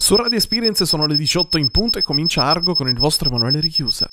Su Radio Experience sono le 18 in punto e comincia Argo con il vostro Emanuele Richiusa.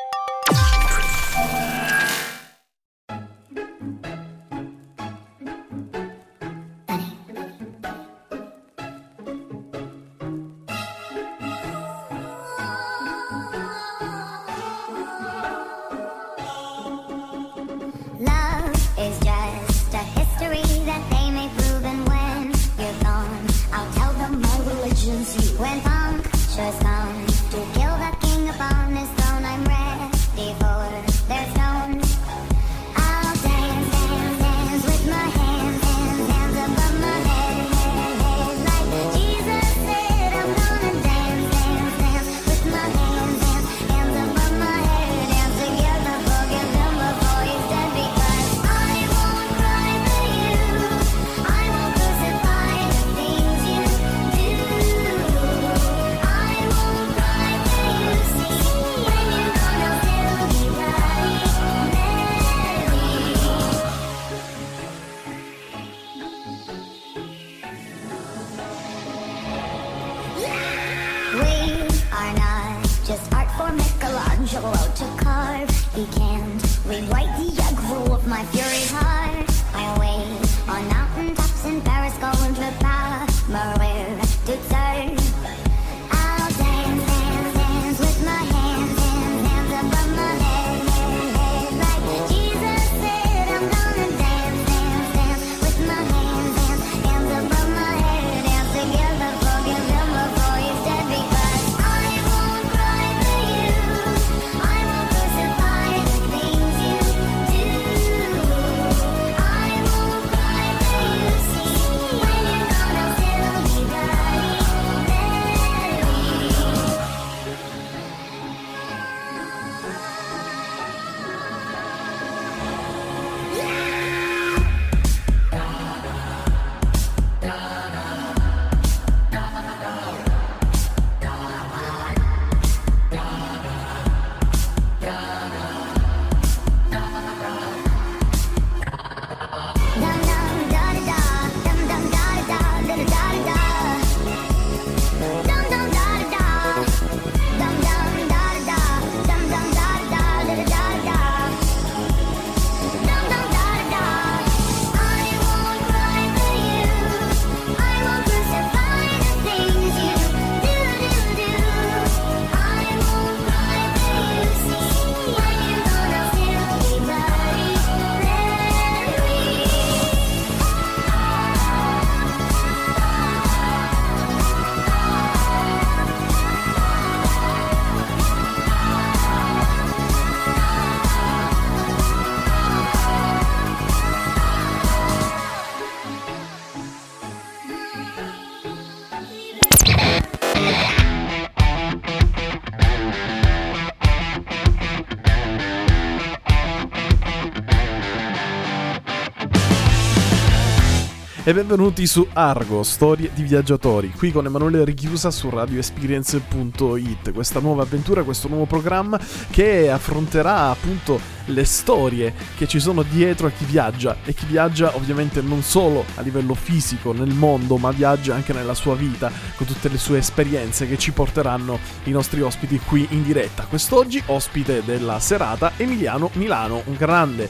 E benvenuti su Argo, storie di viaggiatori, qui con Emanuele Richiusa su radioexperience.it. Questa nuova avventura, questo nuovo programma che affronterà appunto le storie che ci sono dietro a chi viaggia, e chi viaggia ovviamente non solo a livello fisico nel mondo, ma viaggia anche nella sua vita con tutte le sue esperienze che ci porteranno i nostri ospiti qui in diretta. Quest'oggi ospite della serata Emiliano Milano, un grande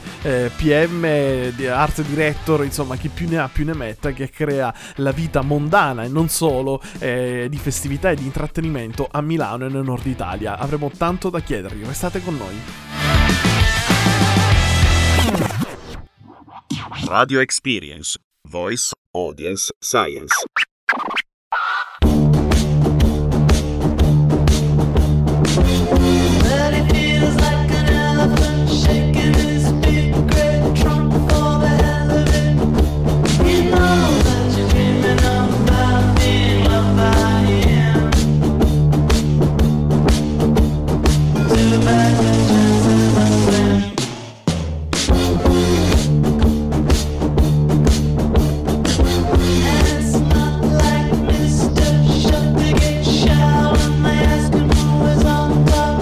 PM, art director, insomma chi più ne ha più ne metta, che crea la vita mondana e non solo di festività e di intrattenimento a Milano e nel nord Italia. Avremo tanto da chiedergli, restate con noi. Radio Experience, Voice, Audience, Science. It's not like Mr. Shut to get shower. I ask him who is on top.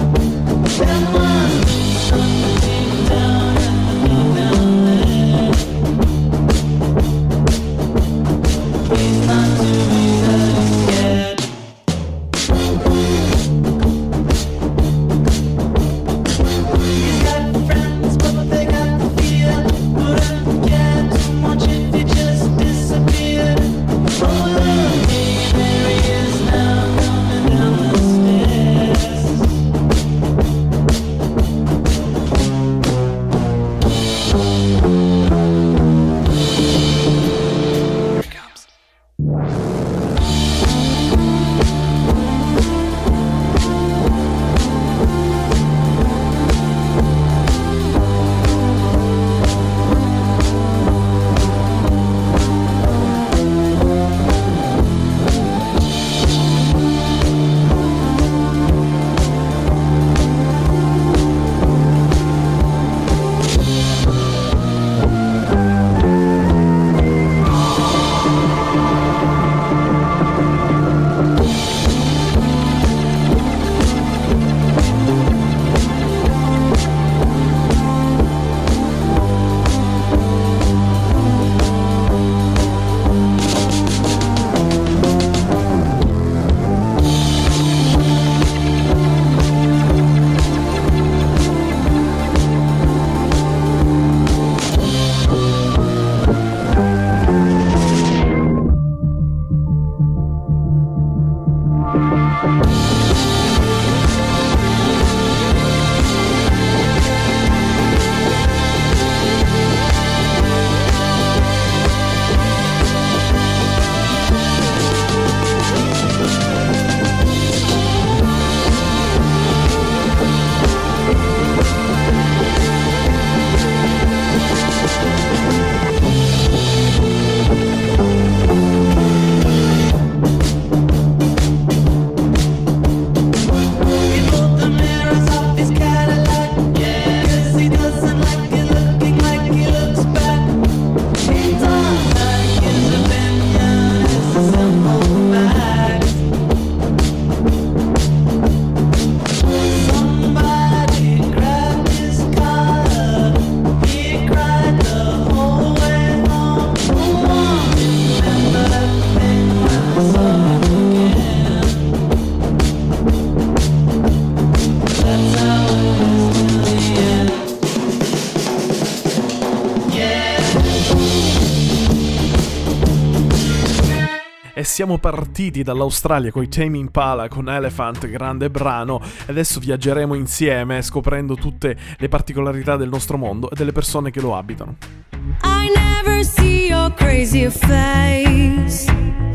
siamo partiti dall'Australia con i Tame Impala, con Elephant, grande brano, e adesso viaggeremo insieme scoprendo tutte le particolarità del nostro mondo e delle persone che lo abitano. I never see your crazy face,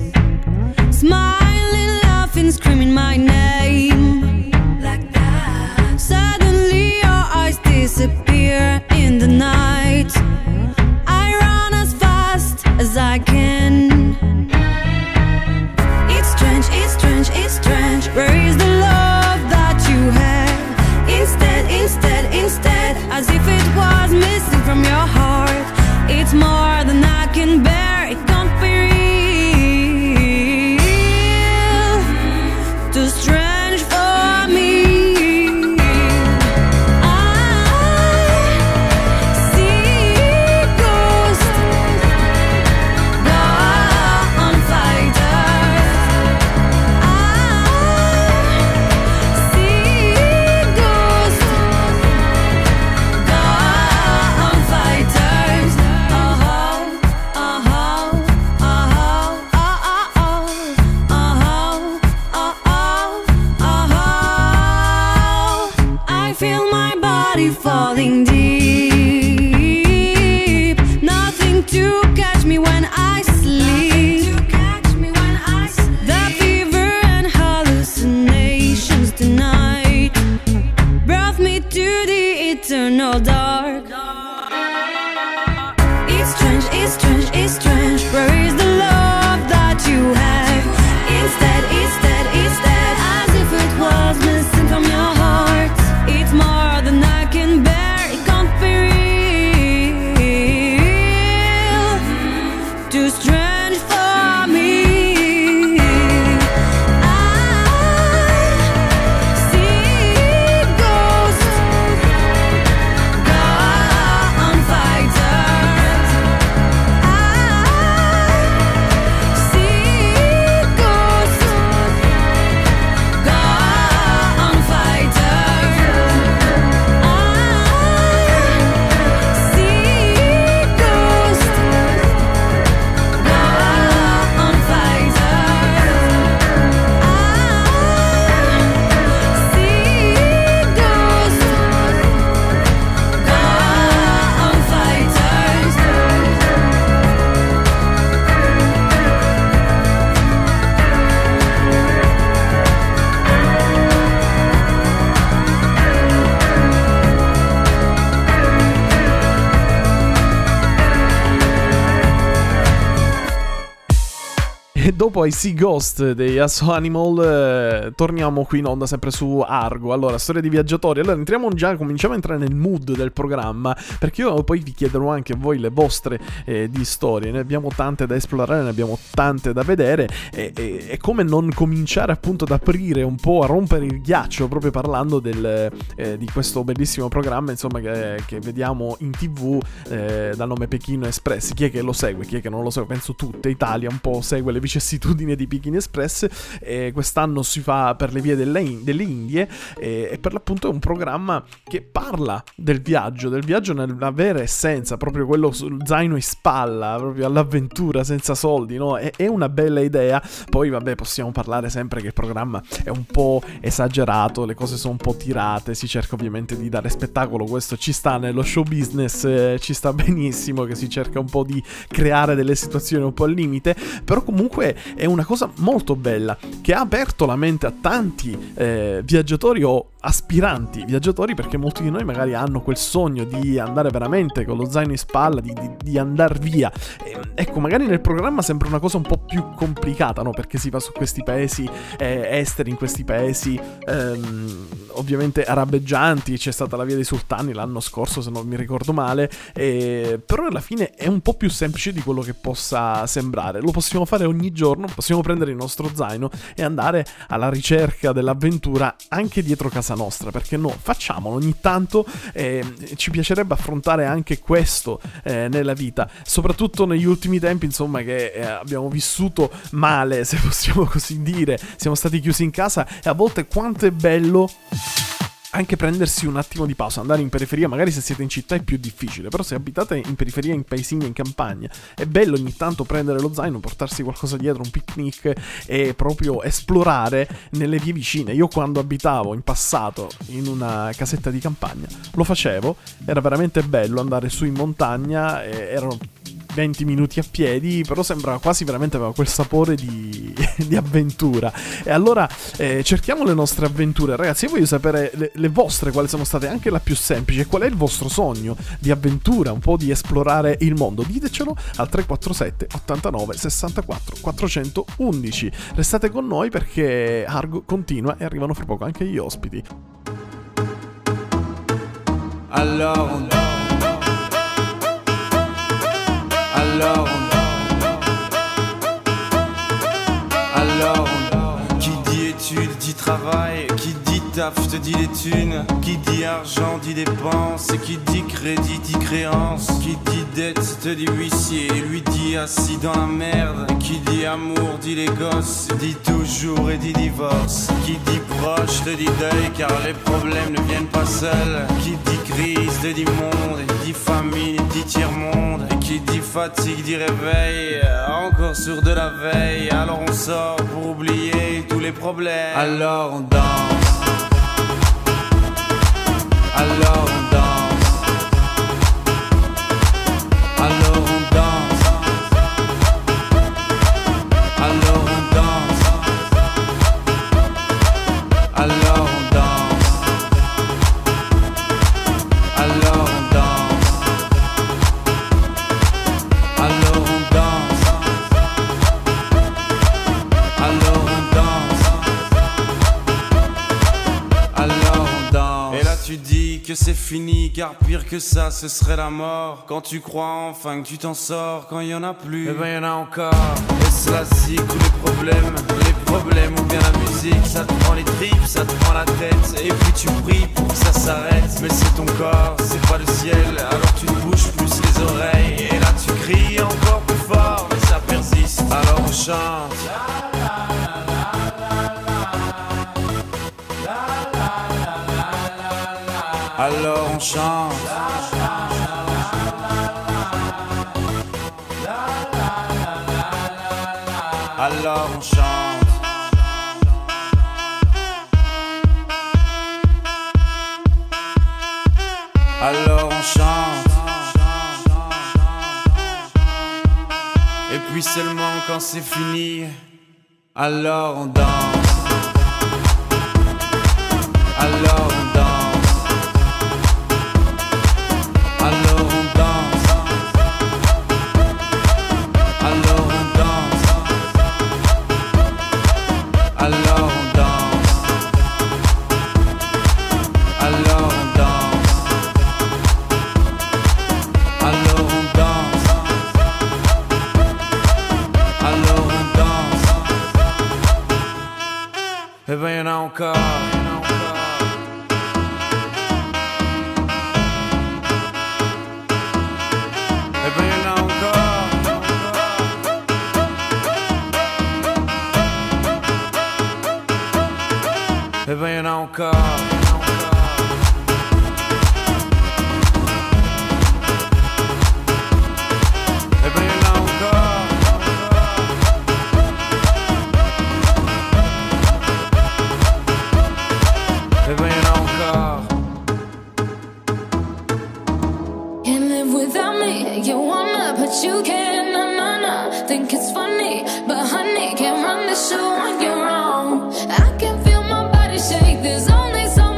smiling, laughing, screaming my name like that. Suddenly your eyes disappear in the night. I run as fast as I can. It's strange, it's strange, it's strange. Where is the love that you had? Instead, as if it was missing from your heart. It's more than I can bear. It can't be real. Too strange for me. Falling deep, nothing to catch me when I sleep. The fever and hallucinations tonight brought me to the eternal dark. It's strange, it's strange, it's strange. Where is the love that you have? Instead, as if it was missing from your heart. It's more than I can bear. It can't be real. Too strange for me. I see ghosts, gun fighters. I see ghosts, gun fighters. E dopo I See Ghost dei Asso Animal torniamo qui in onda sempre su Argo. Allora, storia di viaggiatori. Allora cominciamo a entrare nel mood del programma, perché io poi vi chiederò anche a voi le vostre di storie. Ne abbiamo tante da esplorare, ne abbiamo tante da vedere, e come non cominciare appunto ad aprire un po', a rompere il ghiaccio, proprio parlando di questo bellissimo programma, insomma, che vediamo in TV dal nome Pechino Express. Chi è che lo segue? Chi è che non lo segue? Penso tutta Italia un po' segue le vicissitudini di Pechino Express. Quest'anno si fa per le vie delle Indie, e per l'appunto è un programma che parla del viaggio nella vera essenza, proprio quello sul zaino in spalla, proprio all'avventura senza soldi, no? È una bella idea. Poi vabbè, possiamo parlare sempre che il programma è un po' esagerato, le cose sono un po' tirate, si cerca ovviamente di dare spettacolo, questo ci sta nello show business, ci sta benissimo che si cerca un po' di creare delle situazioni un po' al limite, però comunque è una cosa molto bella che ha aperto la mente a tanti viaggiatori o aspiranti viaggiatori, perché molti di noi magari hanno quel sogno di andare veramente con lo zaino in spalla, di andare via. Ecco, magari nel programma sembra una cosa un po' più complicata, no? Perché si va su questi paesi esteri, in questi paesi ovviamente arabeggianti. C'è stata la Via dei Sultani l'anno scorso, se non mi ricordo male, però alla fine è un po' più semplice di quello che possa sembrare. Lo possiamo fare ogni giorno, possiamo prendere il nostro zaino e andare alla ricerca dell'avventura anche dietro casa nostra, perché no? Facciamolo ogni tanto. Ci piacerebbe affrontare anche questo nella vita, soprattutto negli ultimi tempi, insomma, che abbiamo vissuto male, se possiamo così dire. Siamo stati chiusi in casa, e a volte quanto è bello anche prendersi un attimo di pausa, andare in periferia. Magari se siete in città è più difficile, però se abitate in periferia, in paesini, in campagna, è bello ogni tanto prendere lo zaino, portarsi qualcosa dietro, un picnic, e proprio esplorare nelle vie vicine. Io quando abitavo in passato in una casetta di campagna lo facevo, era veramente bello andare su in montagna, erano 20 minuti a piedi, però sembrava quasi veramente, aveva quel sapore di avventura. E allora cerchiamo le nostre avventure, ragazzi. Io voglio sapere le vostre, quali sono state, anche la più semplice. Qual è il vostro sogno di avventura, un po' di esplorare il mondo? Ditecelo al 347 89 64 411. Restate con noi perché Argo continua e arrivano fra poco anche gli ospiti. Alors, qui dit études dit travail, qui dit taf te dit les thunes, qui dit argent dit dépenses, et qui dit crédit dit créance, qui dit dette te dit huissier, lui dit assis dans la merde, qui dit amour dit les gosses, dit toujours et dit divorce, qui dit proche te dit deuil car les problèmes ne viennent pas seuls, qui dit crise te dit monde, et dit famine dit tiers-monde, et qui dit fatigue dit réveil, encore sur de la veille, alors on sort pour oublier tous les problèmes. Alors on danse, alors on danse, alors on danse, alors on danse, alors on danse, alors on danse, alors on danse, alors on danse, alors on danse. Et là tu dis que c'est fini, car pire que ça ce serait la mort. Quand tu crois enfin que tu t'en sors, quand il y en a plus, eh ben y en a encore. Et cela zig tous les problèmes ou bien la musique, ça te prend les tripes, ça te prend la tête, et puis tu pries pour que ça s'arrête. Mais c'est ton corps, c'est pas le ciel, alors tu te bouges plus les oreilles, et là tu cries encore plus fort, mais ça persiste, alors on chante. Alors on chante. Alors on chante. Alors on chante. Et puis seulement quand c'est fini, alors on danse. Alors on danse. Alors on danse, alors on danse, alors on danse, alors on danse, alors on danse, alors on danse. Eh ben y'en a encore. Eh ben y'en a encore. Eh ben y'en a encore. Eh ben y'en a encore. Can't live without me. You wanna, but you can't. Nah, nah, nah. Think it's funny, but honey, can't run the show on your own. I can feel my body shake. There's only so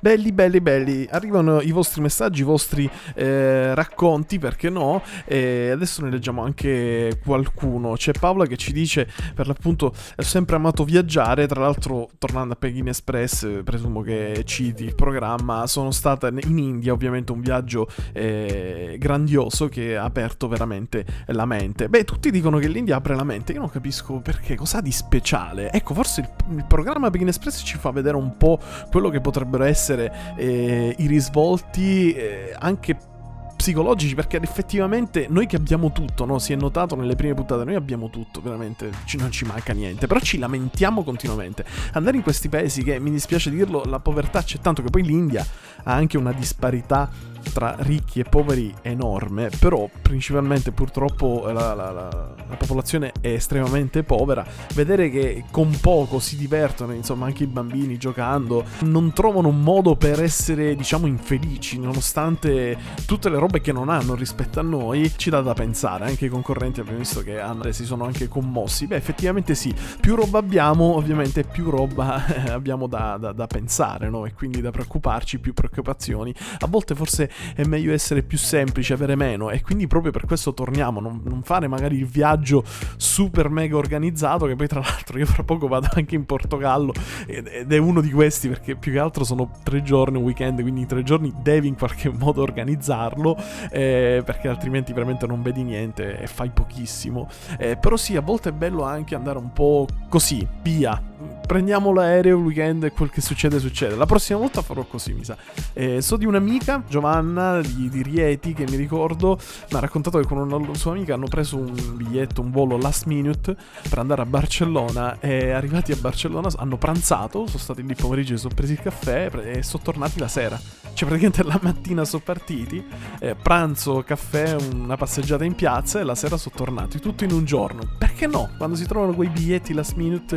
Belli, arrivano i vostri messaggi, i vostri racconti, perché no, e adesso ne leggiamo anche qualcuno. C'è Paola che ci dice, per l'appunto, ho sempre amato viaggiare, tra l'altro tornando a Pechino Express, presumo che citi il programma, sono stata in India, ovviamente un viaggio grandioso che ha aperto veramente la mente. Tutti dicono che l'India apre la mente, io non capisco perché, cosa ha di speciale? Ecco, forse il programma Pechino Express ci fa vedere un po' quello che potrebbero essere i risvolti anche psicologici, perché effettivamente noi che abbiamo tutto, no? Si è notato nelle prime puntate, noi abbiamo tutto, veramente non ci manca niente, però ci lamentiamo continuamente. Andare in questi paesi che, mi dispiace dirlo, la povertà c'è tanto, che poi l'India ha anche una disparità tra ricchi e poveri enorme, però principalmente purtroppo la popolazione è estremamente povera. Vedere che con poco si divertono, insomma, anche i bambini giocando, non trovano un modo per essere, diciamo, infelici, nonostante tutte le robe che non hanno rispetto a noi, ci dà da pensare. Anche i concorrenti abbiamo visto che si sono anche commossi. Effettivamente sì, più roba abbiamo, ovviamente più roba abbiamo da pensare, no? E quindi da preoccuparci, più preoccupazioni. A volte forse è meglio essere più semplici, avere meno, e quindi proprio per questo torniamo, non fare magari il viaggio super mega organizzato, che poi tra l'altro io fra poco vado anche in Portogallo ed è uno di questi, perché più che altro sono 3 giorni, un weekend, quindi in 3 giorni devi in qualche modo organizzarlo, perché altrimenti veramente non vedi niente e fai pochissimo. Però sì, a volte è bello anche andare un po' così, via, prendiamo l'aereo il weekend e quel che succede. La prossima volta farò così, mi sa. So di un'amica, Giovanna di Rieti, che mi ricordo mi ha raccontato che con una sua amica hanno preso un biglietto, un volo last minute per andare a Barcellona, e arrivati a Barcellona hanno pranzato, sono stati lì il pomeriggio, sono presi il caffè e sono tornati la sera. Cioè praticamente la mattina sono partiti, pranzo, caffè, una passeggiata in piazza, e la sera sono tornati, tutto in un giorno. Perché no? Quando si trovano quei biglietti last minute,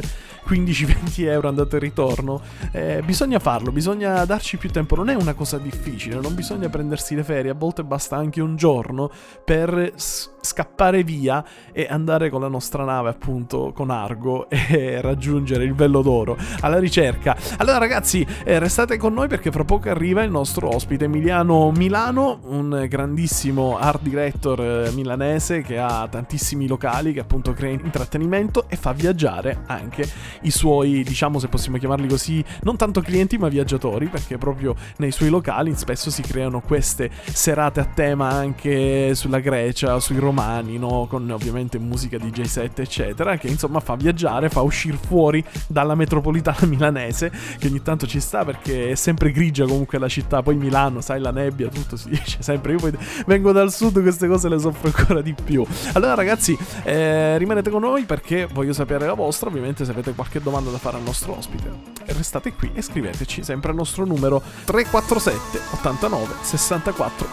15-20 euro andata e ritorno, bisogna farlo, bisogna darci più tempo. Non è una cosa difficile, non bisogna prendersi le ferie, a volte basta anche un giorno per scappare via e andare con la nostra nave, appunto con Argo, e raggiungere il Vello d'Oro alla ricerca. Allora ragazzi, restate con noi, perché fra poco arriva il nostro ospite Emiliano Milano, un grandissimo art director milanese che ha tantissimi locali, che appunto crea intrattenimento e fa viaggiare anche i suoi, diciamo, se possiamo chiamarli così, non tanto clienti ma viaggiatori, perché proprio nei suoi locali spesso si creano queste serate a tema anche sulla Grecia, sui romani, no? Con ovviamente musica DJ set eccetera, che insomma fa viaggiare, fa uscire fuori dalla metropolitana milanese, che ogni tanto ci sta, perché è sempre grigia comunque la città. Poi Milano, sai, la nebbia, tutto si dice sempre. Io poi vengo dal sud, queste cose le soffro ancora di più. Allora ragazzi, rimanete con noi, perché voglio sapere la vostra. Ovviamente se avete qualche domanda da fare al nostro ospite, restate qui e scriveteci sempre al nostro numero 347 89 64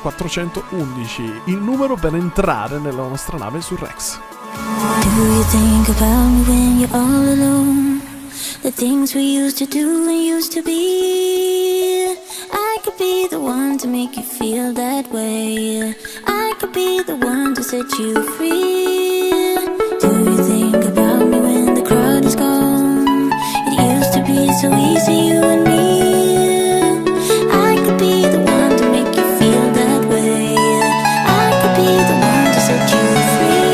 411, il numero per entrare nella nostra nave su Rex. Do you think about me when you're all alone? The things we used to do and used to be. I could be the one to make you feel that way. I could be the one to set you free. Do you think about me when the crowd is gone? It used to be so easy, you and me. I could be the one to make you feel that way. I could be the one to set you free.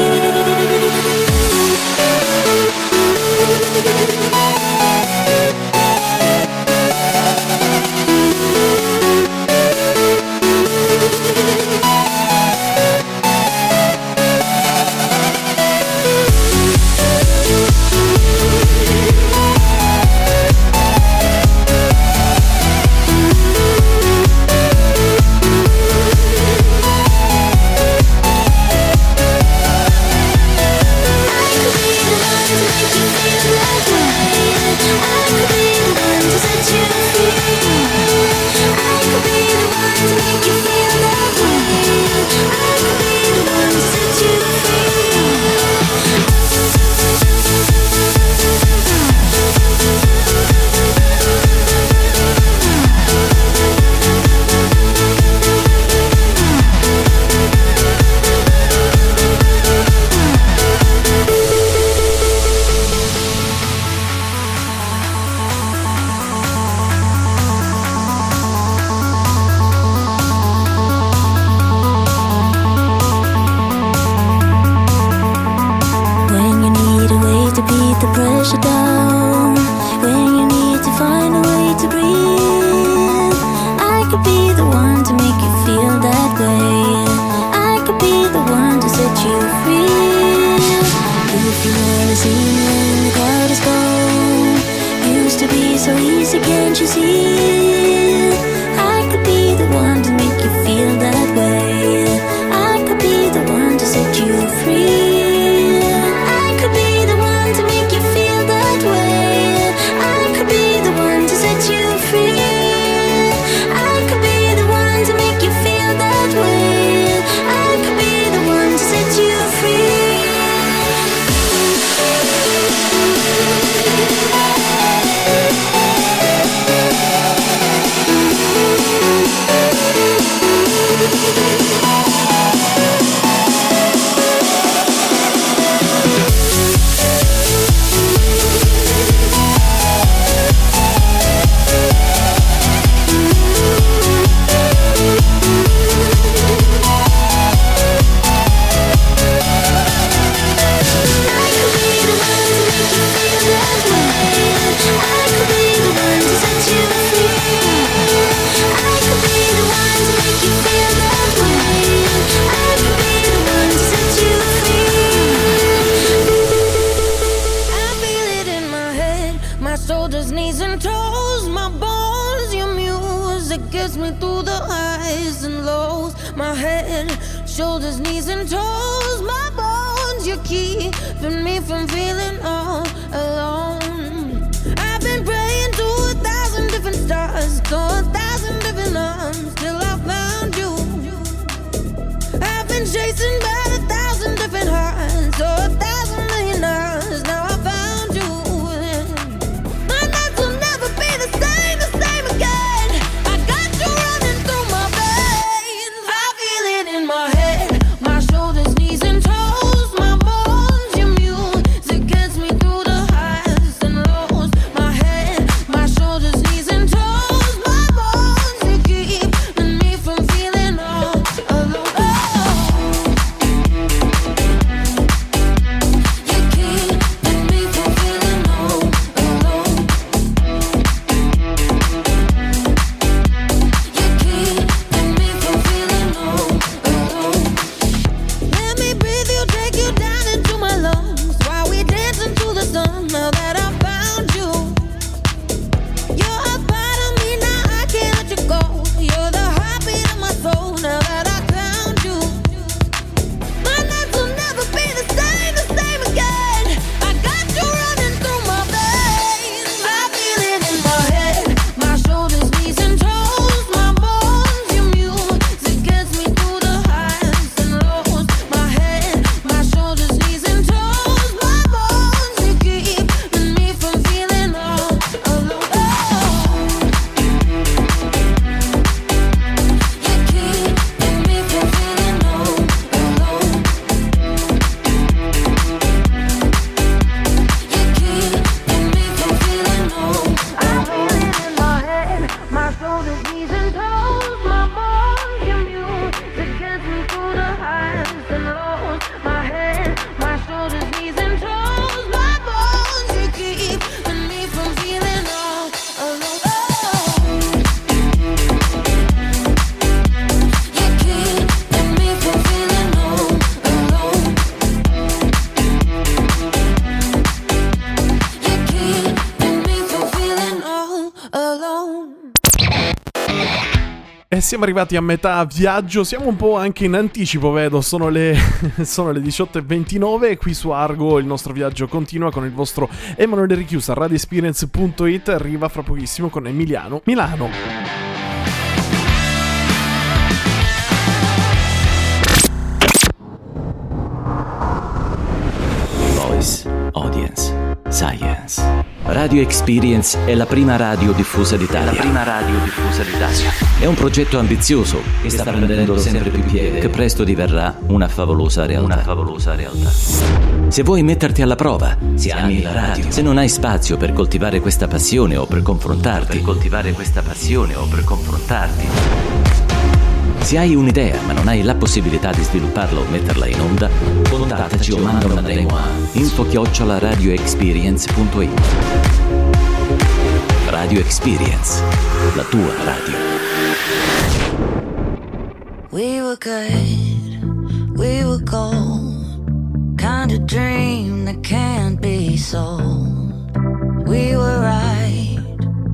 so easy, can't you see? I could be the one to make you feel that way. I could be the one to set you free. I could be the one to make you feel that way. I could be the one to set you free. I could be the one to make you feel that way. I could be the one to set you free. Shoulders, knees and toes, my bones, you're keeping me from feeling all alone. I've been praying to 1,000 different stars, to 1,000 different arms, till I found you. I've been chasing by 1,000 different hearts, to 1,000 million hours, now I found you. My nights will never be the same again. I got you running through my veins. I feel it in my head. Siamo arrivati a metà viaggio, siamo un po' anche in anticipo, vedo, sono le 18:29 e qui su Argo il nostro viaggio continua con il vostro Emanuele Richiusa. RadioExperience.it arriva fra pochissimo con Emiliano Milano. Voice, Audience, Science. Radio Experience è la prima radio diffusa d'Italia. È un progetto ambizioso che sta prendendo sempre più piede, che presto diverrà una favolosa realtà. Se vuoi metterti alla prova, se ami la radio, se non hai spazio per coltivare questa passione o per confrontarti, se hai un'idea ma non hai la possibilità di svilupparla o metterla in onda, contattaci o manda una demo a info@radioexperience.it. Radio Experience, la tua radio. We were good, we were gold, kind of dream that can't be sold. We were right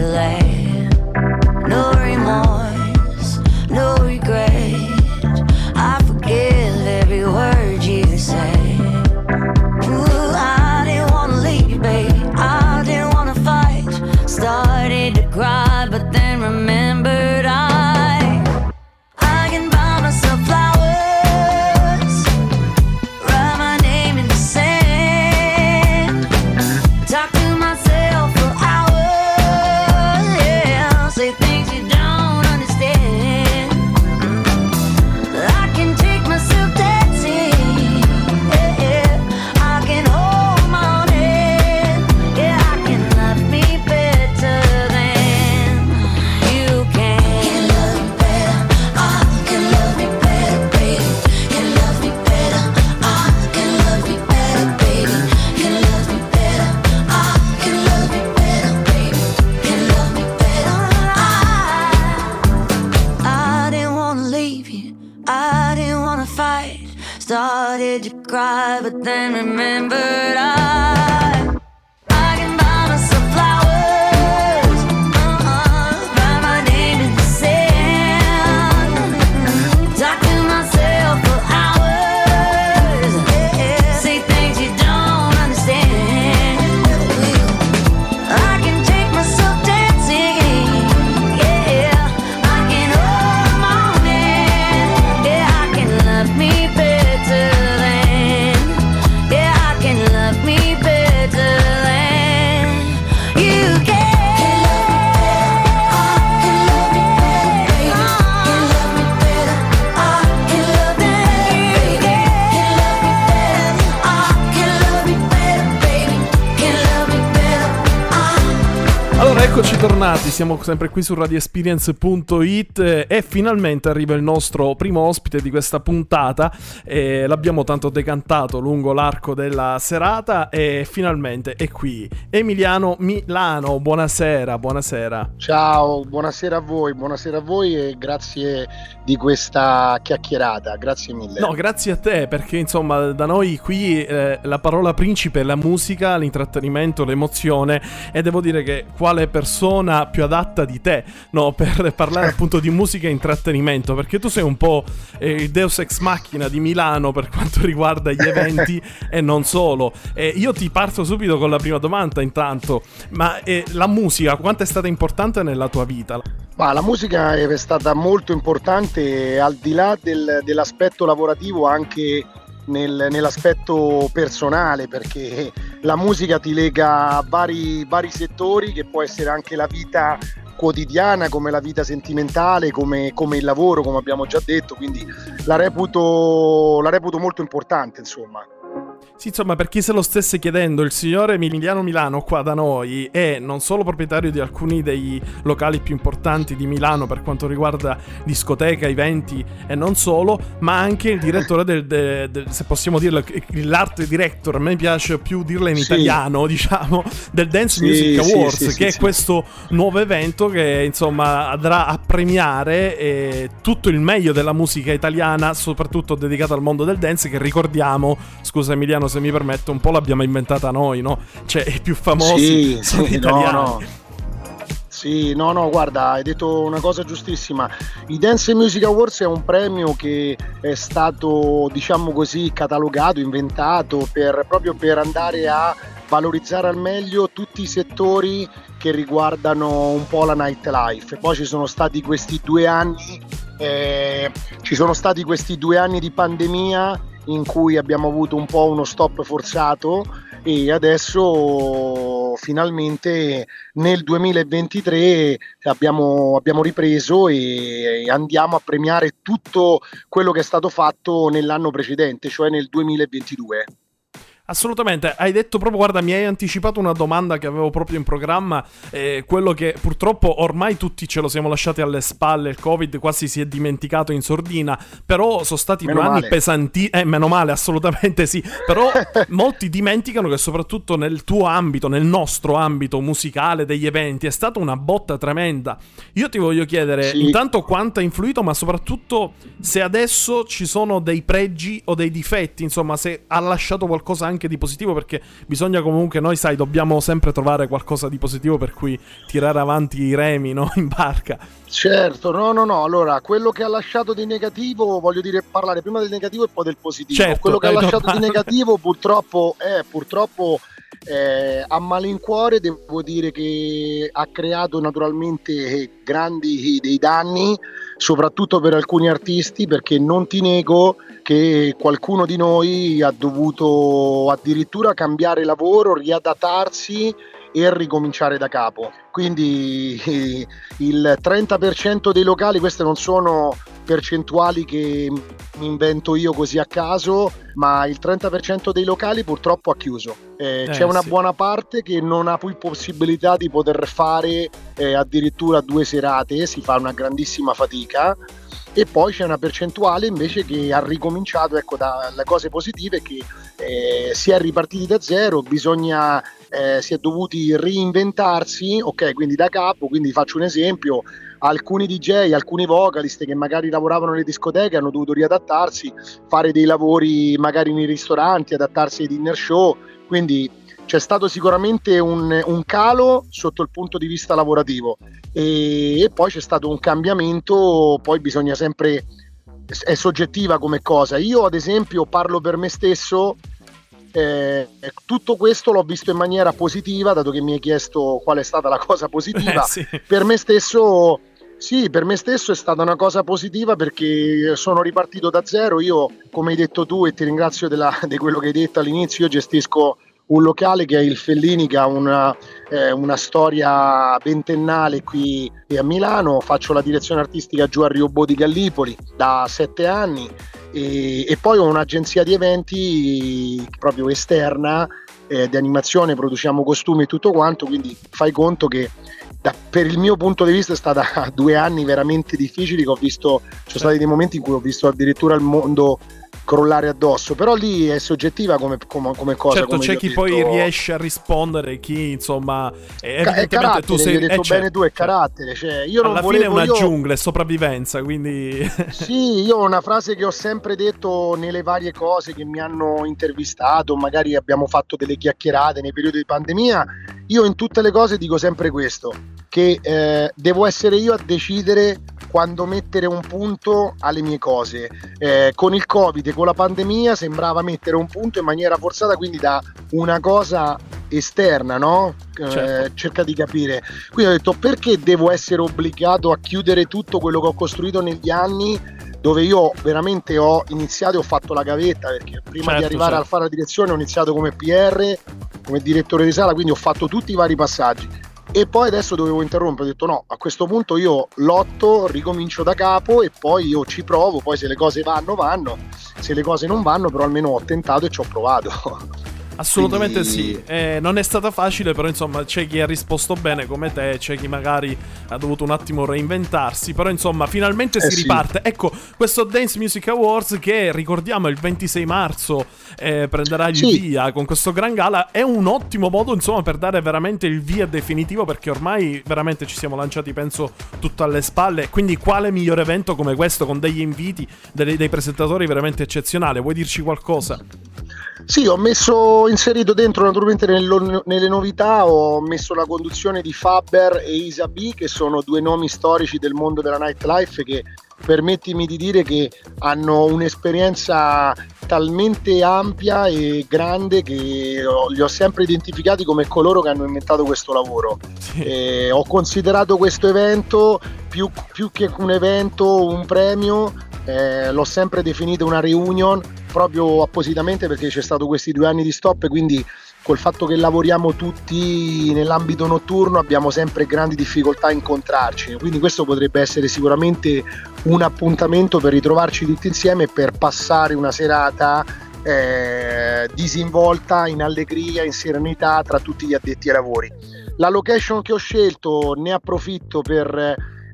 delay. No remorse, no regret. I forgive every word you say. Ooh, I didn't wanna leave, baby. I didn't wanna fight. Started to cry, but then remembered I can buy myself flowers, write my name in the sand, talk to myself for hours, yeah, say things you don't understand. I can take myself dancing, yeah, I can hold my own hand, yeah, I can love me better than you can. Can love me better, I can love me better, baby. Can love me better, I can love me better, baby. Can love me better, I can love me better, baby. Can love me better, I didn't wanna leave you, I didn't wanna fight. Started to cry, but then remembered I can buy myself flowers, write my name in the sand, talk to myself for hours, say things you don't understand. I can take myself dancing, yeah, I can hold my own hand, yeah, I can love me better than, yeah, I can love me better than you can. Allora, eccoci tornati, siamo sempre qui su radioexperience.it e finalmente arriva il nostro primo ospite di questa puntata. L'abbiamo tanto decantato lungo l'arco della serata e finalmente è qui Emiliano Milano. Buonasera, buonasera. Ciao, buonasera a voi e grazie di questa chiacchierata, grazie mille. No, grazie a te, perché insomma da noi qui la parola principe è la musica, l'intrattenimento, l'emozione, e devo dire che quale persona più adatta di te, no, per parlare appunto di musica e intrattenimento, perché tu sei un po' il deus ex machina di Milano per quanto riguarda gli eventi e non solo. Io ti parto subito con la prima domanda intanto, ma la musica quanto è stata importante nella tua vita? Ma la musica è stata molto importante al di là dell'aspetto lavorativo, anche nell'aspetto personale, perché la musica ti lega a vari settori, che può essere anche la vita quotidiana, come la vita sentimentale, come il lavoro, come abbiamo già detto, quindi la reputo molto importante, insomma. Sì, insomma, per chi se lo stesse chiedendo, il signore Emiliano Milano qua da noi è non solo proprietario di alcuni dei locali più importanti di Milano per quanto riguarda discoteca, eventi e non solo, ma anche il direttore se possiamo dirlo, l'art director, a me piace più dirla in italiano, diciamo, del Dance Music Awards, che è questo nuovo evento che insomma andrà a premiare tutto il meglio della musica italiana, soprattutto dedicata al mondo del dance, che ricordiamo, scusa Emiliano se mi permetto, un po' l'abbiamo inventata noi, no? Cioè i più famosi sono italiani. No, guarda, hai detto una cosa giustissima. I Dance Music Awards è un premio che è stato, diciamo così, catalogato, inventato proprio per andare a valorizzare al meglio tutti i settori che riguardano un po' la nightlife. Poi ci sono stati questi 2 anni di pandemia in cui abbiamo avuto un po' uno stop forzato, e adesso finalmente nel 2023 abbiamo ripreso e andiamo a premiare tutto quello che è stato fatto nell'anno precedente, cioè nel 2022. Assolutamente, hai detto proprio, guarda, mi hai anticipato una domanda che avevo proprio in programma, quello che purtroppo ormai tutti ce lo siamo lasciati alle spalle, il Covid quasi si è dimenticato in sordina, però sono stati 2 anni pesanti, meno male, assolutamente sì, però molti dimenticano che soprattutto nel tuo ambito, nel nostro ambito musicale degli eventi, è stata una botta tremenda. Io ti voglio chiedere intanto quanto ha influito, ma soprattutto se adesso ci sono dei pregi o dei difetti, insomma, se ha lasciato qualcosa anche anche di positivo, perché bisogna comunque, noi sai, dobbiamo sempre trovare qualcosa di positivo per cui tirare avanti i remi, no? In barca. Certo, no, allora quello che ha lasciato di negativo, voglio dire, parlare prima del negativo e poi del positivo. Certo, quello che ha lasciato normale. di negativo purtroppo a malincuore devo dire che ha creato naturalmente grandi dei danni, soprattutto per alcuni artisti, perché non ti nego che qualcuno di noi ha dovuto addirittura cambiare lavoro, riadattarsi e ricominciare da capo. Quindi il 30% dei locali, queste non sono percentuali che mi invento io così a caso, ma il 30% dei locali purtroppo ha chiuso. C'è una buona parte che non ha più possibilità di poter fare addirittura 2 serate, si fa una grandissima fatica. E poi c'è una percentuale invece che ha ricominciato. Ecco, dalle cose positive che si è ripartiti da zero, si è dovuti reinventarsi, ok, quindi da capo. Quindi faccio un esempio: alcuni DJ, alcuni vocalist che magari lavoravano nelle discoteche hanno dovuto riadattarsi, fare dei lavori magari nei ristoranti, adattarsi ai dinner show, quindi c'è stato sicuramente un calo sotto il punto di vista lavorativo e poi c'è stato un cambiamento. Poi bisogna sempre, è soggettiva come cosa. Io ad esempio parlo per me stesso, tutto questo l'ho visto in maniera positiva, dato che mi hai chiesto qual è stata la cosa positiva. Sì. Per me stesso è stata una cosa positiva, perché sono ripartito da zero. Io, come hai detto tu, e ti ringrazio di quello che hai detto all'inizio, io gestisco un locale che è il Fellini, che ha una storia ventennale qui a Milano. Faccio la direzione artistica giù a Riobò di Gallipoli da 7 anni e poi ho un'agenzia di eventi proprio esterna, di animazione, produciamo costumi e tutto quanto, quindi fai conto che per il mio punto di vista è stata 2 anni veramente difficili, che ci sono stati dei momenti in cui ho visto addirittura il mondo crollare addosso, però lì è soggettiva come cosa. Certo, come c'è chi poi riesce a rispondere, chi insomma è carattere, tu sei, hai detto bene certo, tu, è carattere, cioè, io alla non fine è una io... giungla, è sopravvivenza, quindi Sì, io ho una frase che ho sempre detto nelle varie cose che mi hanno intervistato, magari abbiamo fatto delle chiacchierate nei periodi di pandemia. Io in tutte le cose dico sempre questo, che devo essere io a decidere quando mettere un punto alle mie cose. Con il Covid e con la pandemia sembrava mettere un punto in maniera forzata, quindi da una cosa esterna, no? Certo. Cerca di capire. Quindi ho detto: perché devo essere obbligato a chiudere tutto quello che ho costruito negli anni, dove io veramente ho iniziato e ho fatto la gavetta, perché prima di arrivare a fare la direzione ho iniziato come PR, come direttore di sala, quindi ho fatto tutti i vari passaggi. E poi adesso dovevo interrompere, ho detto no, a questo punto io lotto, ricomincio da capo e poi io ci provo, poi se le cose vanno, se le cose non vanno però almeno ho tentato e ci ho provato. Assolutamente Quindi... sì, non è stata facile, però insomma c'è chi ha risposto bene come te, c'è chi magari ha dovuto un attimo reinventarsi, però insomma finalmente si riparte. Ecco, questo Dance Music Awards, che ricordiamo il 26 marzo prenderà il via con questo gran gala, è un ottimo modo insomma per dare veramente il via definitivo, perché ormai veramente ci siamo lanciati penso tutto alle spalle, quindi quale migliore evento come questo, con degli inviti, dei presentatori veramente eccezionali. Vuoi dirci qualcosa? Sì, ho inserito dentro naturalmente nelle novità, ho messo la conduzione di Faber e Isa B, che sono 2 nomi storici del mondo della nightlife, che permettimi di dire che hanno un'esperienza talmente ampia e grande che li ho sempre identificati come coloro che hanno inventato questo lavoro. Ho considerato questo evento più che un evento, un premio, l'ho sempre definito una reunion, proprio appositamente perché c'è stato questi 2 anni di stop, quindi col fatto che lavoriamo tutti nell'ambito notturno abbiamo sempre grandi difficoltà a incontrarci, quindi questo potrebbe essere sicuramente un appuntamento per ritrovarci tutti insieme e per passare una serata disinvolta, in allegria, in serenità tra tutti gli addetti ai lavori. La location che ho scelto, ne approfitto per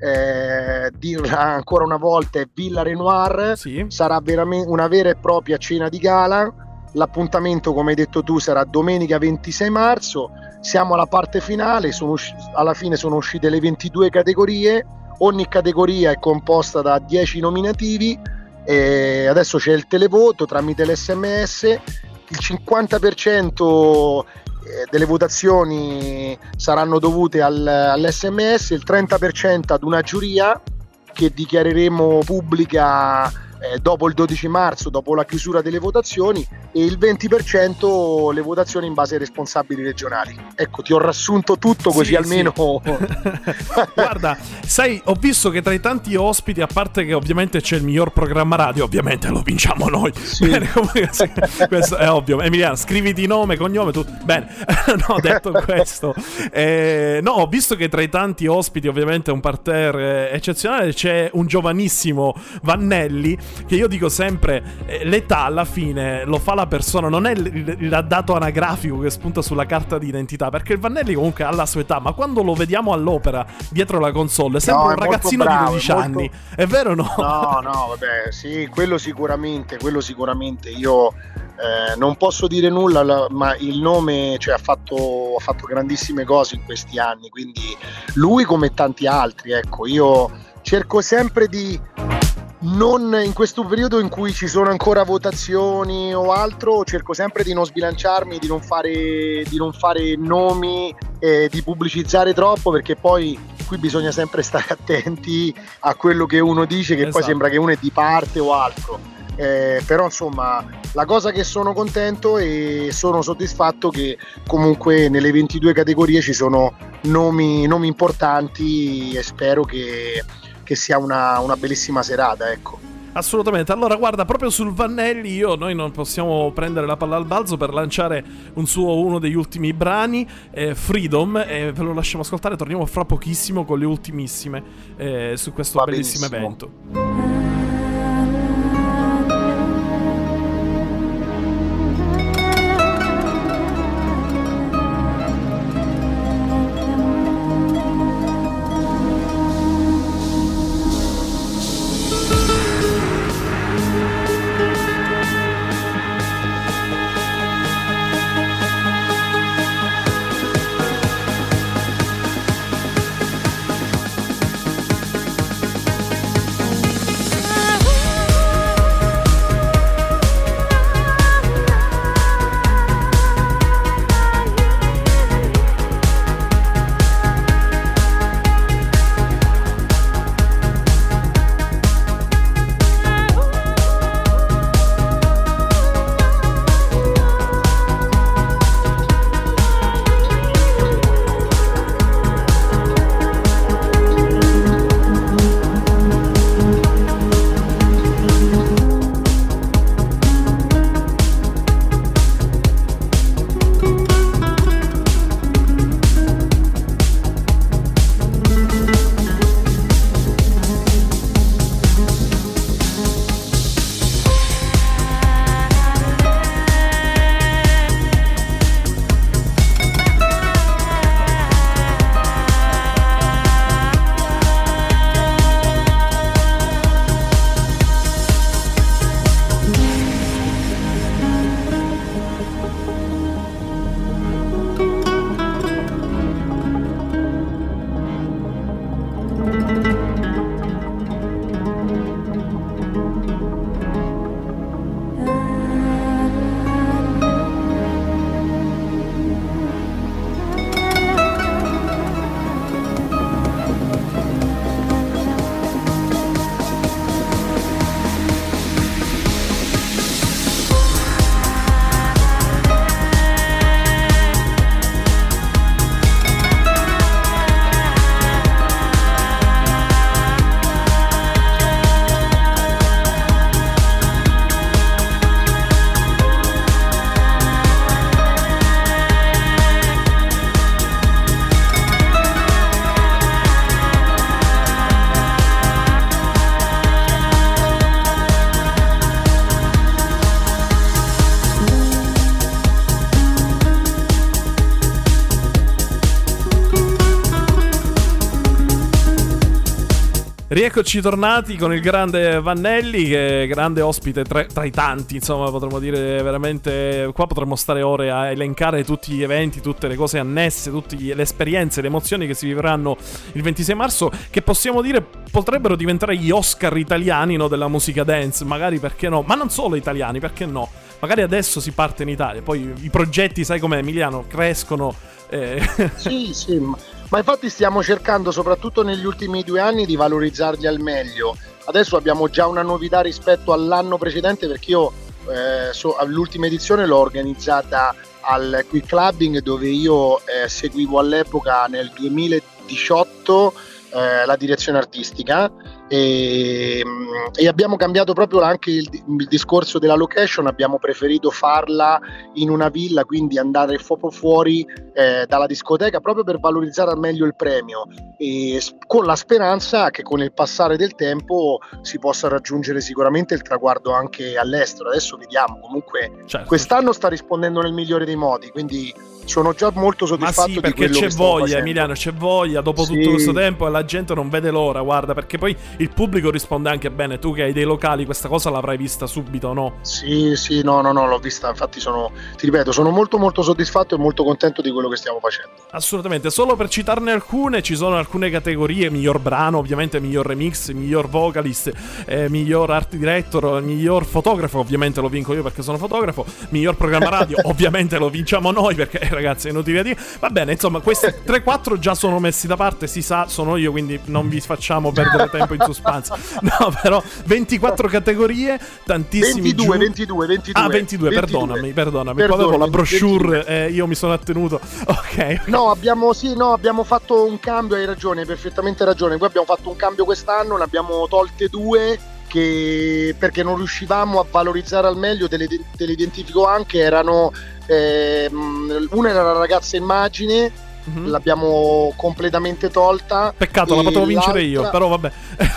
dirla ancora una volta, è Villa Renoir. Sarà veramente una vera e propria cena di gala. L'appuntamento, come hai detto tu, sarà domenica 26 marzo. Siamo alla parte finale, alla fine sono uscite le 22 categorie, ogni categoria è composta da 10 nominativi, adesso c'è il televoto tramite l'SMS il 50% delle votazioni saranno dovute all'SMS, il 30% ad una giuria che dichiareremo pubblica dopo il 12 marzo, dopo la chiusura delle votazioni, e il 20% le votazioni in base ai responsabili regionali. Ecco, ti ho riassunto tutto, così sì, almeno Guarda, sai, ho visto che tra i tanti ospiti, a parte che ovviamente c'è il miglior programma radio, ovviamente lo vinciamo noi. Sì. Bene, questo è ovvio. Emiliano, scriviti nome, cognome, tu. Bene. No, detto questo, no, ho visto che tra i tanti ospiti, ovviamente un parterre eccezionale, c'è un giovanissimo Vannelli, che io dico sempre, l'età alla fine lo fa la persona, non è il dato anagrafico che spunta sulla carta d'identità, perché il Vannelli comunque ha la sua età, ma quando lo vediamo all'opera dietro la console sembra un ragazzino bravo, di 12 anni, è vero o no? No, vabbè, sì, quello sicuramente. Io non posso dire nulla, ma il nome, cioè, ha fatto grandissime cose in questi anni, quindi lui come tanti altri, ecco, io cerco sempre di non, in questo periodo in cui ci sono ancora votazioni o altro, cerco sempre di non sbilanciarmi, di non fare nomi, di pubblicizzare troppo, perché poi qui bisogna sempre stare attenti a quello che uno dice, che esatto. Poi sembra che uno è di parte o altro. Però insomma, la cosa che sono contento e sono soddisfatto che comunque nelle 22 categorie ci sono nomi importanti, e spero che sia una bellissima serata, ecco. Assolutamente. Allora guarda, proprio sul Vannelli noi non possiamo prendere la palla al balzo per lanciare uno degli ultimi brani, Freedom, e ve lo lasciamo ascoltare. Torniamo fra pochissimo con le ultimissime su questo bellissimo evento. Rieccoci tornati con il grande Vannelli, che è grande ospite tra i tanti, insomma, potremmo dire veramente, qua potremmo stare ore a elencare tutti gli eventi, tutte le cose annesse, tutte le esperienze, le emozioni che si vivranno il 26 marzo, che possiamo dire potrebbero diventare gli Oscar italiani, no, della musica dance, magari, perché no, ma non solo italiani, perché no? magari adesso si parte in Italia, poi i progetti, sai com'è, Emiliano, crescono. Sì, ma infatti stiamo cercando, soprattutto negli ultimi 2 anni, di valorizzarli al meglio. Adesso abbiamo già una novità rispetto all'anno precedente, perché io l'ultima edizione l'ho organizzata al Quick Clubbing, dove io seguivo all'epoca, nel 2018, la direzione artistica, e abbiamo cambiato proprio anche il discorso della location. Abbiamo preferito farla in una villa, quindi andare proprio fuori dalla discoteca, proprio per valorizzare al meglio il premio, e con la speranza che con il passare del tempo si possa raggiungere sicuramente il traguardo anche all'estero. Adesso vediamo, comunque certo, quest'anno sta rispondendo nel migliore dei modi, quindi sono già molto soddisfatto. Ma sì, di perché quello c'è che stiamo voglia, facendo. Emiliano, c'è voglia dopo Sì. tutto questo tempo, e la gente non vede l'ora, guarda, perché poi il pubblico risponde anche bene. Tu che hai dei locali, questa cosa l'avrai vista subito, no? Sì, no, l'ho vista, infatti ti ripeto, sono molto molto soddisfatto e molto contento di quello che stiamo facendo. Assolutamente, solo per citarne alcune, ci sono alcune categorie: miglior brano, ovviamente miglior remix, miglior vocalist, miglior art director, miglior fotografo, ovviamente lo vinco io perché sono fotografo, miglior programma radio, ovviamente lo vinciamo noi perché ragazzi è inutile dire. Va bene, insomma, questi 3-4 già sono messi da parte, si sa, sono io, quindi non vi facciamo perdere tempo in suspense. No, però 24 categorie, tantissimi 22. Ah, 22, perdonami. Poi avevo la brochure, io mi sono attenuto. Ok. No, abbiamo fatto un cambio, hai ragione, hai perfettamente ragione. Poi abbiamo fatto un cambio quest'anno, ne abbiamo tolte 2 perché non riuscivamo a valorizzare al meglio. Te le identifico anche, erano una era la ragazza immagine, l'abbiamo completamente tolta. Peccato, la potevo vincere io, però vabbè.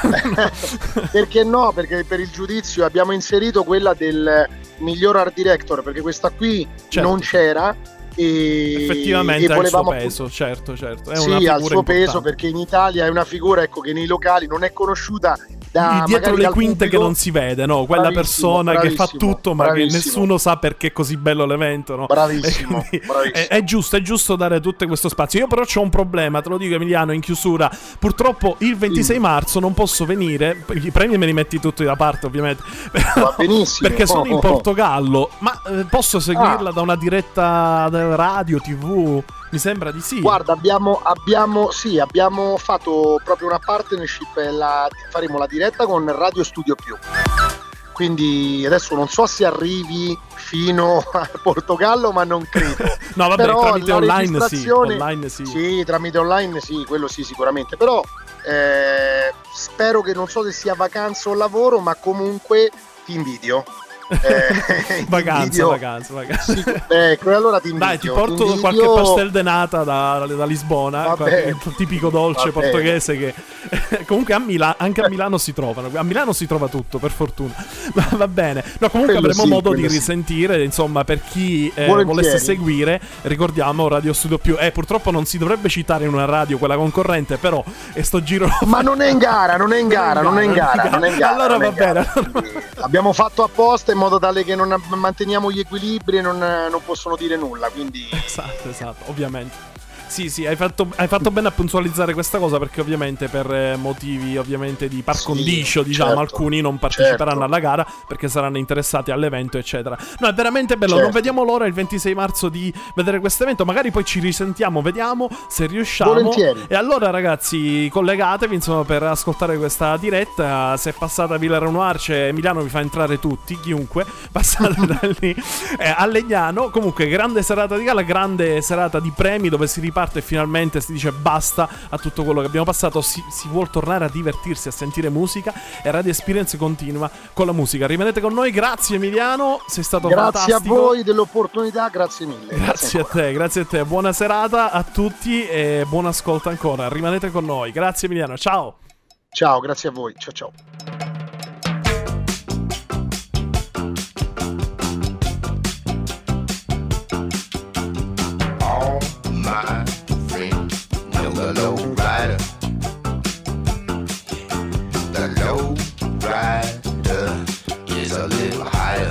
Perché no? Perché per il giudizio abbiamo inserito quella del miglior art director, perché questa qui non c'era. Effettivamente ha il suo peso, certo. È sì, una ha il suo importante peso, perché in Italia è una figura, ecco, che nei locali non è conosciuta dietro le quinte pubblico, che non si vede, no? Quella persona che fa tutto ma che nessuno sa perché è così bello l'evento, no? Bravissimo. È giusto dare tutto questo spazio. Io però c'ho un problema, te lo dico Emiliano, in chiusura. Purtroppo il 26 marzo non posso venire. I premi me li metti tutti da parte, ovviamente. Va benissimo. Perché sono in Portogallo. Ma posso seguirla da una diretta radio, TV? Mi sembra di sì. Guarda, abbiamo fatto proprio una partnership, faremo la diretta con Radio Studio Più. Quindi adesso non so se arrivi fino a Portogallo, ma non credo. No, vabbè, però tramite online sì. Sì, tramite online sì, quello sì, sicuramente. Però spero che, non so se sia vacanza o lavoro, ma comunque ti invidio. Vacanza. Sì, ecco, allora ti invito. Dai, ti porto qualche pastel de nata da Lisbona, il tipico dolce portoghese che comunque anche a Milano si trovano. A Milano si trova tutto, per fortuna. Ma va bene. No, comunque avremo modo di risentire, insomma, per chi volesse seguire, ricordiamo Radio Studio Più. Purtroppo non si dovrebbe citare in una radio quella concorrente, però sto giro. Ma non è in gara. Allora va bene. Abbiamo fatto apposta in modo tale che non manteniamo gli equilibri e non possono dire nulla, quindi esatto, ovviamente. Sì, hai fatto bene a puntualizzare questa cosa, perché ovviamente per motivi ovviamente di par condicio, diciamo, certo, alcuni non parteciperanno alla gara perché saranno interessati all'evento, eccetera. No, è veramente bello, non vediamo l'ora il 26 marzo di vedere questo evento, magari poi ci risentiamo, vediamo se riusciamo. Volentieri. E allora ragazzi, collegatevi insomma per ascoltare questa diretta. Se passate a Villa Renoir, Emiliano vi fa entrare tutti, chiunque, passate da lì a Legnano. Comunque grande serata di gala, grande serata di premi, dove si riparte e finalmente si dice basta a tutto quello che abbiamo passato, si vuol tornare a divertirsi, a sentire musica, e Radio Experience continua con la musica. Rimanete con noi, grazie Emiliano, sei stato fantastico. Grazie a voi dell'opportunità, grazie mille. Grazie a te, buona serata a tutti e buon ascolto ancora, rimanete con noi. Grazie Emiliano, ciao. Ciao, grazie a voi, ciao. My friend, know the low rider. The low rider is a little higher.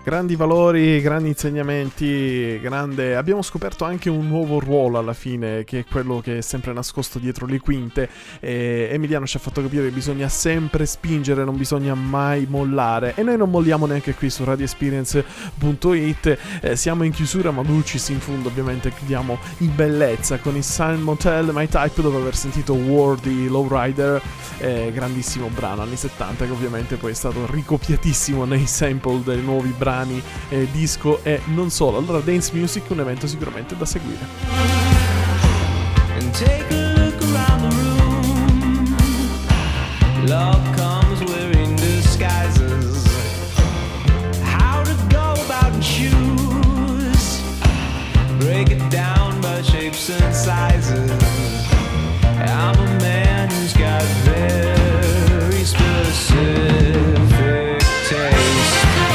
grandi valori, grandi insegnamenti, grande... Abbiamo scoperto anche un nuovo ruolo alla fine, che è quello che è sempre nascosto dietro le quinte. Emiliano ci ha fatto capire che bisogna sempre spingere, non bisogna mai mollare, e noi non molliamo neanche qui su radioexperience.it. Siamo in chiusura, ma Dulcis in fondo ovviamente chiudiamo in bellezza con il Sun Motel My Type, dopo aver sentito War di Lowrider, grandissimo brano anni 70 che ovviamente poi è stato ricopiatissimo nei sample dei nuovi brani disco e non solo. Allora Dance Music, un evento sicuramente da seguire. And take a look around the room. Love comes wearing disguises. How to go about and choose. Break it down by shapes and sizes. I'm a man who's got very specific taste.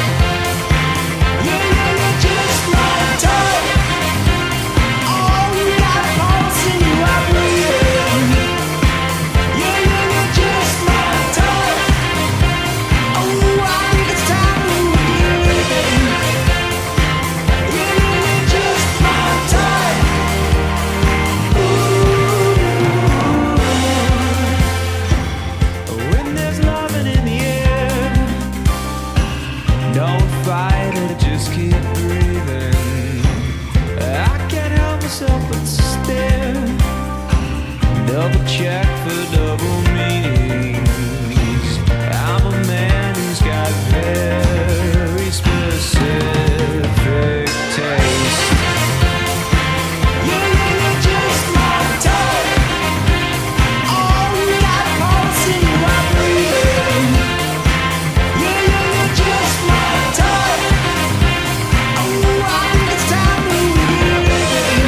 You're just my type. Oh, you got a pulse and you are breathing. You're just my type. Oh, I think it's time to begin. You're just my type. When there's loving in the air, don't fight it, just keep breathing. I can't help myself but stare. Double check for double meanings. I'm a man who's got very specific taste. You're just my type. Oh, you got a pulse and you are breathing. You're just my type. Oh, I think it's time to begin.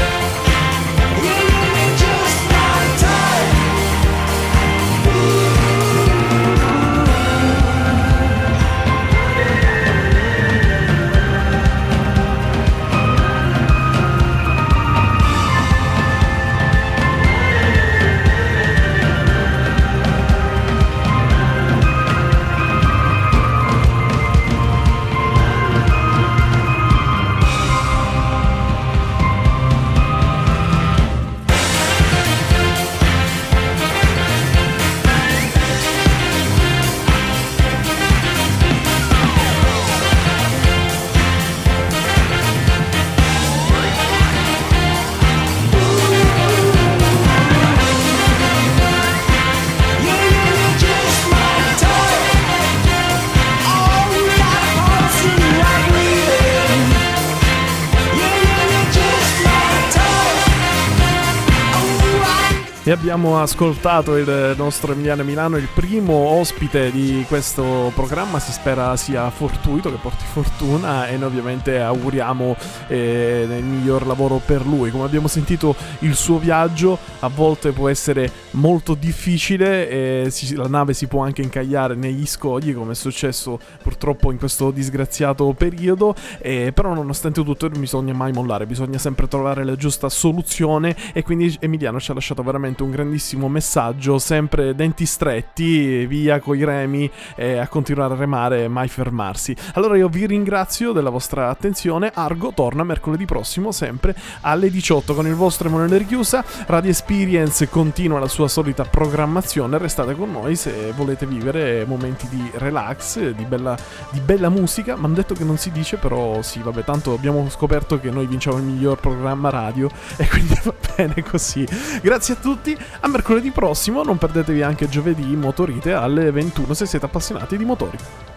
You're just my type. You're just my type. Oh, you got a pulse and you are breathing. You're just my type. Oh, E abbiamo ascoltato il nostro Emiliano Milano, il primo ospite di questo programma. Si spera sia fortuito, che porti fortuna, e noi ovviamente auguriamo il miglior lavoro per lui. Come abbiamo sentito, il suo viaggio a volte può essere molto difficile, la nave si può anche incagliare negli scogli, come è successo purtroppo in questo disgraziato periodo, però nonostante tutto non bisogna mai mollare, bisogna sempre trovare la giusta soluzione, e quindi Emiliano ci ha lasciato veramente un grandissimo messaggio: sempre denti stretti, via coi remi, a continuare a remare, mai fermarsi. Allora io vi ringrazio della vostra attenzione. Argo torna mercoledì prossimo sempre alle 18 con il vostro Emanuele Chiusa. Radio Experience continua la sua solita programmazione, restate con noi se volete vivere momenti di relax, di bella musica. Mi hanno detto che non si dice, però sì, vabbè, tanto abbiamo scoperto che noi vinciamo il miglior programma radio e quindi va bene così. Grazie a tutti, a mercoledì prossimo. Non perdetevi anche giovedì Motorite alle 21 se siete appassionati di motori.